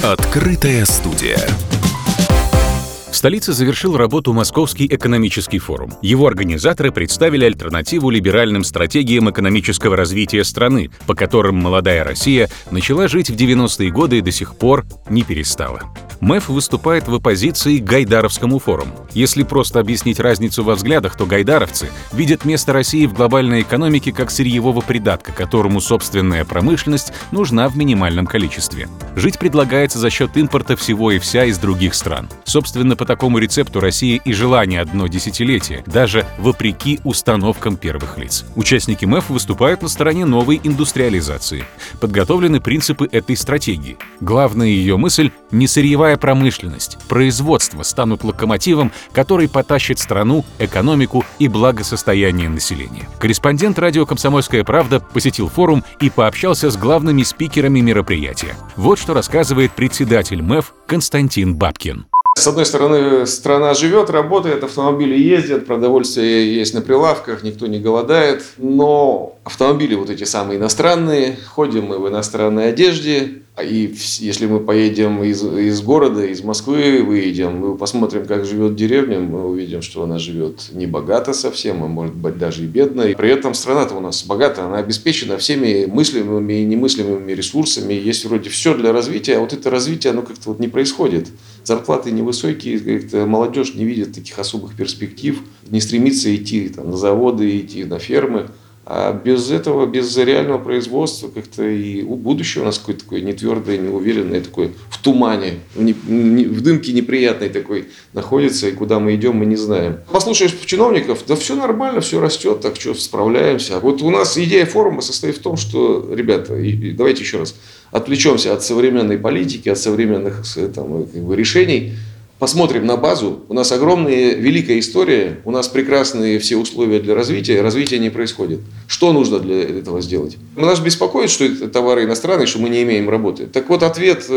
Открытая студия. В столице завершил работу Московский экономический форум. Его организаторы представили альтернативу либеральным стратегиям экономического развития страны, по которым молодая Россия начала жить в 90-е годы и до сих пор не перестала. МЭФ выступает в оппозиции к Гайдаровскому форуму. Если просто объяснить разницу во взглядах, то гайдаровцы видят место России в глобальной экономике как сырьевого придатка, которому собственная промышленность нужна в минимальном количестве. Жить предлагается за счет импорта всего и вся из других стран. Собственно, по такому рецепту Россия и жила не одно десятилетие, даже вопреки установкам первых лиц. Участники МЭФ выступают на стороне новой индустриализации. Подготовлены принципы этой стратегии. Главная ее мысль — не сырьевая промышленность. Производство станут локомотивом, который потащит страну, экономику и благосостояние населения. Корреспондент радио «Комсомольская правда» посетил форум и пообщался с главными спикерами мероприятия. Вот что рассказывает председатель МЭФ Константин Бабкин. С одной стороны, страна живет, работает, автомобили ездят, продовольствие есть на прилавках, никто не голодает. Но автомобили вот эти самые иностранные, ходим мы в иностранной одежде. И если мы поедем из города, из Москвы выедем, мы посмотрим, как живет деревня, мы увидим, что она живет не богато совсем, а может быть даже и бедно. И при этом страна-то у нас богата, она обеспечена всеми мыслимыми и немыслимыми ресурсами. Есть вроде все для развития, а вот это развитие, оно как-то вот не происходит. Зарплаты невысокие, как-то молодежь не видит таких особых перспектив, не стремится идти там, на заводы, идти на фермы. А без этого, без реального производства, как-то и будущее у нас какое-то такое нетвердое, неуверенное, такое в тумане, в дымке неприятной такой находится, и куда мы идем, мы не знаем. Послушаешь чиновников, да все нормально, все растет, так что справляемся. Вот у нас идея форума состоит в том, что, ребята, давайте еще раз отвлечемся от современной политики, от современных там, решений. Посмотрим на базу. У нас огромная, великая история. У нас прекрасные все условия для развития. Развития не происходит. Что нужно для этого сделать? Нас беспокоит, что это товары иностранные, что мы не имеем работы. Так вот, ответ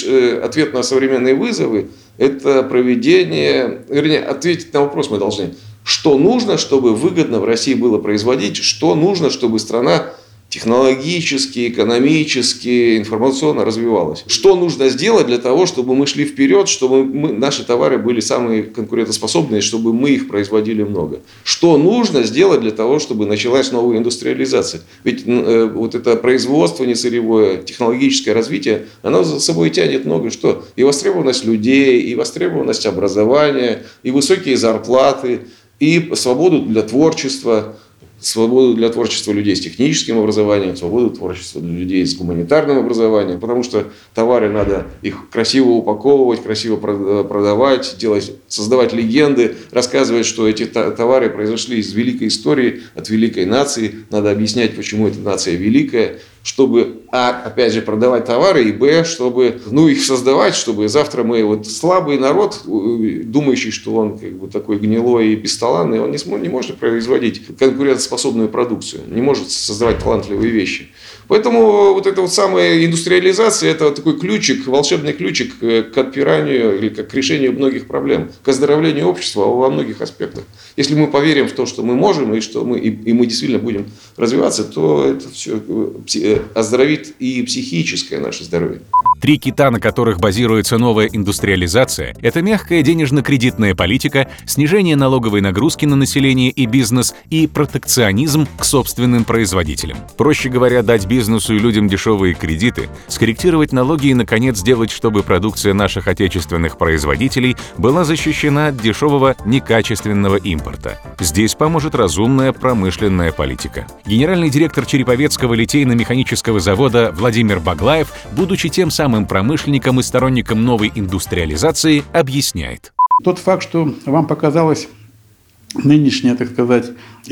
на современные вызовы – это проведение, вернее, ответить на вопрос мы должны. Что нужно, чтобы выгодно в России было производить? Что нужно, чтобы страна технологически, экономически, информационно развивалась. Что нужно сделать для того, чтобы мы шли вперед, чтобы наши товары были самые конкурентоспособные, чтобы мы их производили много. Что нужно сделать для того, чтобы началась новая индустриализация? Ведь вот это производство несырьевое, технологическое развитие, оно за собой тянет много что? И востребованность людей, и востребованность образования, и высокие зарплаты, и свободу для творчества. Свободу для творчества людей с техническим образованием, свободу творчества для людей с гуманитарным образованием, потому что товары надо их красиво упаковывать, красиво продавать, создавать легенды, рассказывать, что эти товары произошли из великой истории, от великой нации. Надо объяснять, почему эта нация великая, чтобы, опять же, продавать товары, и, чтобы, их создавать, чтобы завтра мы, слабый народ, думающий, что он такой гнилой и бесталанный, он не может производить конкурентоспособную продукцию, не может создавать талантливые вещи. Поэтому эта самая индустриализация – это такой ключик, волшебный ключик к отпиранию или к решению многих проблем, к оздоровлению общества во многих аспектах. Если мы поверим в то, что мы можем, и что мы действительно будем развиваться, то это все оздоровит и психическое наше здоровье. 3 кита, на которых базируется новая индустриализация, это мягкая денежно-кредитная политика, снижение налоговой нагрузки на население и бизнес и протекционизм к собственным производителям. Проще говоря, дать бизнесу и людям дешевые кредиты, скорректировать налоги и, наконец, сделать, чтобы продукция наших отечественных производителей была защищена от дешевого некачественного импорта. Здесь поможет разумная промышленная политика. Генеральный директор Череповецкого литейно-механического завода Владимир Баглаев, будучи тем самым промышленником и сторонником новой индустриализации, объясняет. Тот факт, что вам показалось нынешняя, так сказать,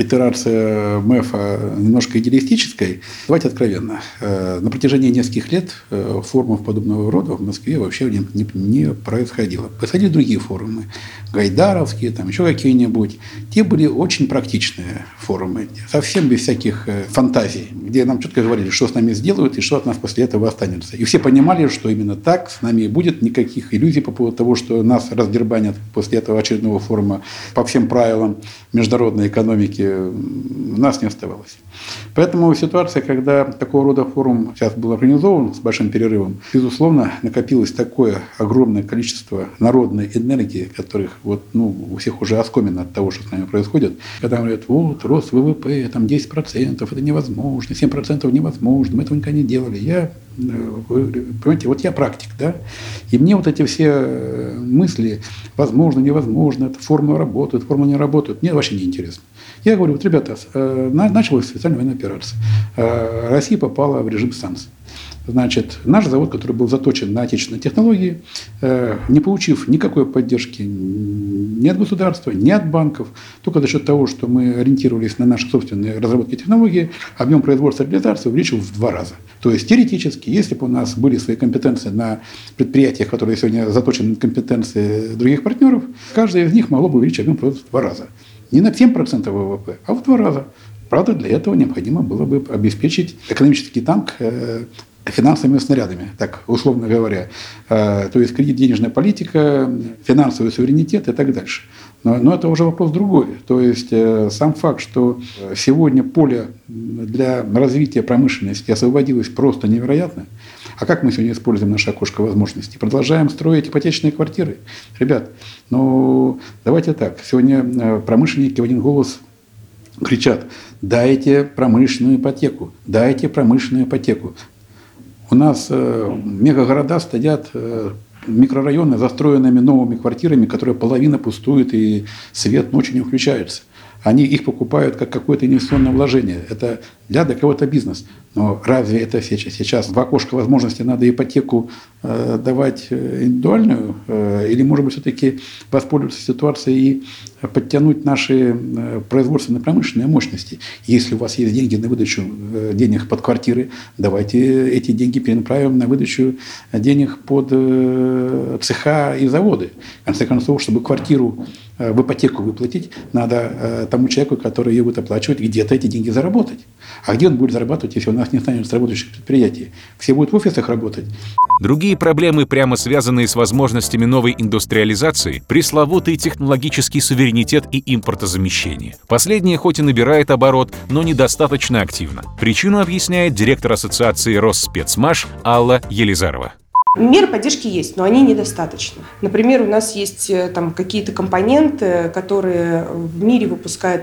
итерация МЭФа немножко идеалистической, давайте откровенно. На протяжении нескольких лет форумов подобного рода в Москве вообще не происходило. Происходили другие форумы. Гайдаровские, там еще какие-нибудь. Те были очень практичные форумы. Совсем без всяких фантазий. Где нам четко говорили, что с нами сделают и что от нас после этого останется. И все понимали, что именно так с нами и будет. Никаких иллюзий по поводу того, что нас раздербанят после этого очередного форума по всем правилам международной экономики. рынке у нас не оставалось. Поэтому ситуация, когда такого рода форум сейчас был организован с большим перерывом, безусловно, накопилось такое огромное количество народной энергии, которых у всех уже оскомина от того, что с нами происходит. Когда говорят, рост ВВП, там 10%, это невозможно, 7% невозможно, мы этого никогда не делали. Понимаете, я практик, да, и мне эти все мысли, возможно, невозможно, эта формула работает, формула не работает, мне вообще не интересно. Я говорю, ребята, началась специальная военная операция. Россия попала в режим санкций. Значит, наш завод, который был заточен на отечественные технологии, не получив никакой поддержки ни от государства, ни от банков, только за счет того, что мы ориентировались на наши собственные разработки технологий, объем производства и реализации увеличил в 2 раза. То есть теоретически, если бы у нас были свои компетенции на предприятиях, которые сегодня заточены на компетенции других партнеров, каждая из них могло бы увеличить объем производства в 2 раза. Не на 7% ВВП, а в 2 раза. Правда, для этого необходимо было бы обеспечить экономический танк финансовыми снарядами, так условно говоря. То есть кредит-денежная политика, финансовый суверенитет и так дальше. Но это уже вопрос другой. То есть сам факт, что сегодня поле для развития промышленности освободилось просто невероятно. А как мы сегодня используем наше окошко возможностей? Продолжаем строить ипотечные квартиры? Ребят, давайте так. Сегодня промышленники в один голос кричат: дайте промышленную ипотеку, дайте промышленную ипотеку. У нас мегагорода стоят, микрорайоны, застроенными новыми квартирами, которые половина пустуют и свет ночью не включается. Они их покупают как какое-то инвестиционное вложение. Это для кого-то бизнес. Но разве это сейчас в окошко возможности надо ипотеку давать индивидуальную? Или, может быть, все-таки воспользоваться ситуацией и подтянуть наши производственные промышленные мощности? Если у вас есть деньги на выдачу денег под квартиры, давайте эти деньги перенаправим на выдачу денег под цеха и заводы. В конце концов, чтобы квартиру в ипотеку выплатить, надо тому человеку, который ее будет оплачивать, где-то эти деньги заработать. А где он будет зарабатывать, если у нас не станет работающих предприятий? Все будут в офисах работать. Другие проблемы, прямо связанные с возможностями новой индустриализации, пресловутый технологический суверенитет и импортозамещение. Последнее хоть и набирает оборот, но недостаточно активно. Причину объясняет директор ассоциации Росспецмаш Алла Елизарова. Меры поддержки есть, но они недостаточны. Например, у нас есть какие-то компоненты, которые в мире выпускают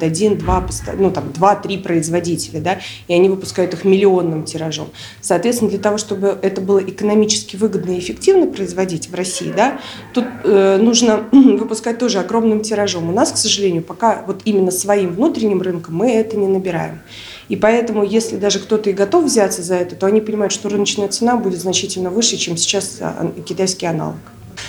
2-3 производителя, да, и они выпускают их миллионным тиражом. Соответственно, для того, чтобы это было экономически выгодно и эффективно производить в России, да, тут нужно выпускать тоже огромным тиражом. У нас, к сожалению, пока именно своим внутренним рынком мы это не набираем. И поэтому, если даже кто-то и готов взяться за это, то они понимают, что рыночная цена будет значительно выше, чем сейчас китайский аналог.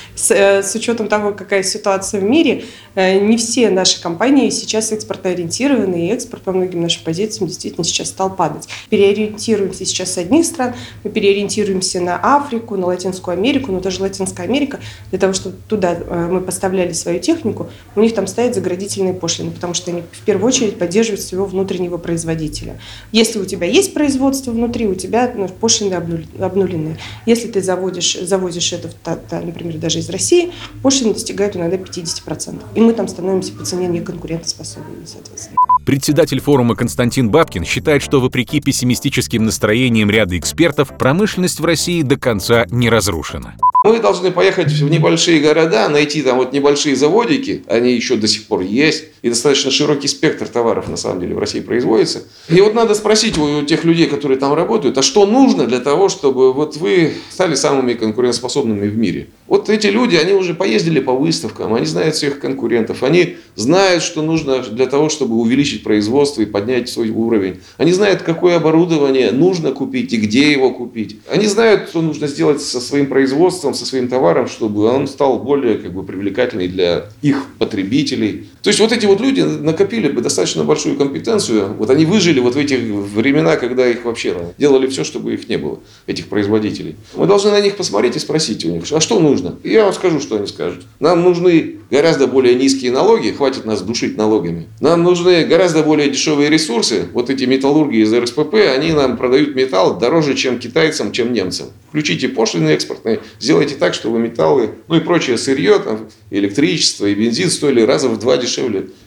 С учетом того, какая ситуация в мире, не все наши компании сейчас экспортоориентированы, и экспорт по многим нашим позициям действительно сейчас стал падать. Переориентируемся сейчас с одних стран, мы переориентируемся на Африку, на Латинскую Америку, но даже Латинская Америка, для того, чтобы туда мы поставляли свою технику, у них там стоят заградительные пошлины, потому что они в первую очередь поддерживают своего внутреннего производителя. Если у тебя есть производство внутри, у тебя пошлины обнулены. Если ты завозишь это, например, даже из России, пошлины достигают иногда 50%. И мы там становимся по цене неконкурентоспособными, соответственно. Председатель форума Константин Бабкин считает, что вопреки пессимистическим настроениям ряда экспертов, промышленность в России до конца не разрушена. Мы должны поехать в небольшие города, найти там небольшие заводики, они еще до сих пор есть, и достаточно широкий спектр товаров на самом деле в России производится. И надо спросить у тех людей, которые там работают, а что нужно для того, чтобы вы стали самыми конкурентоспособными в мире? Эти люди, они уже поездили по выставкам, они знают всех конкурентов, они знают, что нужно для того, чтобы увеличить производство и поднять свой уровень. Они знают, какое оборудование нужно купить и где его купить. Они знают, что нужно сделать со своим производством, со своим товаром, чтобы он стал более привлекательный для их потребителей. То есть эти люди накопили бы достаточно большую компетенцию. Они выжили в эти времена, когда их вообще делали все, чтобы их не было, этих производителей. Мы должны на них посмотреть и спросить у них, а что нужно? И я вам скажу, что они скажут. Нам нужны гораздо более низкие налоги, хватит нас душить налогами. Нам нужны гораздо более дешевые ресурсы. Эти металлурги из РСПП, они нам продают металл дороже, чем китайцам, чем немцам. Включите пошлины экспортные, сделайте так, чтобы металлы, и прочее сырье, электричество и бензин стоили раза в 2 дешевле,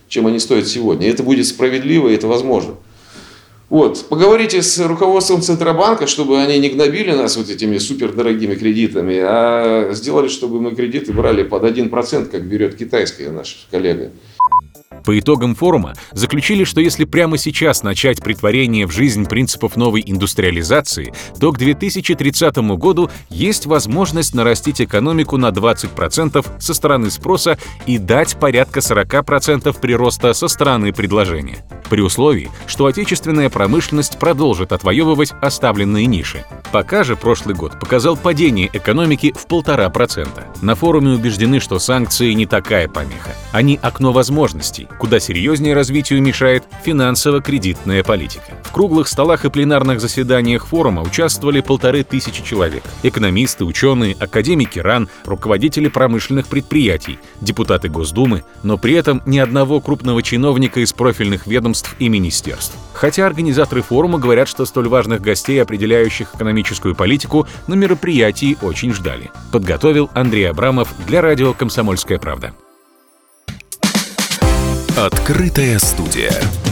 чем они стоят сегодня. И это будет справедливо, и это возможно. Вот. Поговорите с руководством Центробанка, чтобы они не гнобили нас вот этими супердорогими кредитами, а сделали, чтобы мы кредиты брали под 1%, как берет китайская наша коллега. По итогам форума заключили, что если прямо сейчас начать претворение в жизнь принципов новой индустриализации, то к 2030 году есть возможность нарастить экономику на 20% со стороны спроса и дать порядка 40% прироста со стороны предложения. При условии, что отечественная промышленность продолжит отвоевывать оставленные ниши. Пока же прошлый год показал падение экономики в 1,5%. На форуме убеждены, что санкции не такая помеха. Они окно возможностей, куда серьезнее развитию мешает финансово-кредитная политика. В круглых столах и пленарных заседаниях форума участвовали 1500 человек. Экономисты, ученые, академики РАН, руководители промышленных предприятий, депутаты Госдумы, но при этом ни одного крупного чиновника из профильных ведомств и министерств. Хотя организаторы форума говорят, что столь важных гостей, определяющих экономическую политику, на мероприятии очень ждали. Подготовил Андрей Абрамов для радио «Комсомольская правда». Открытая студия.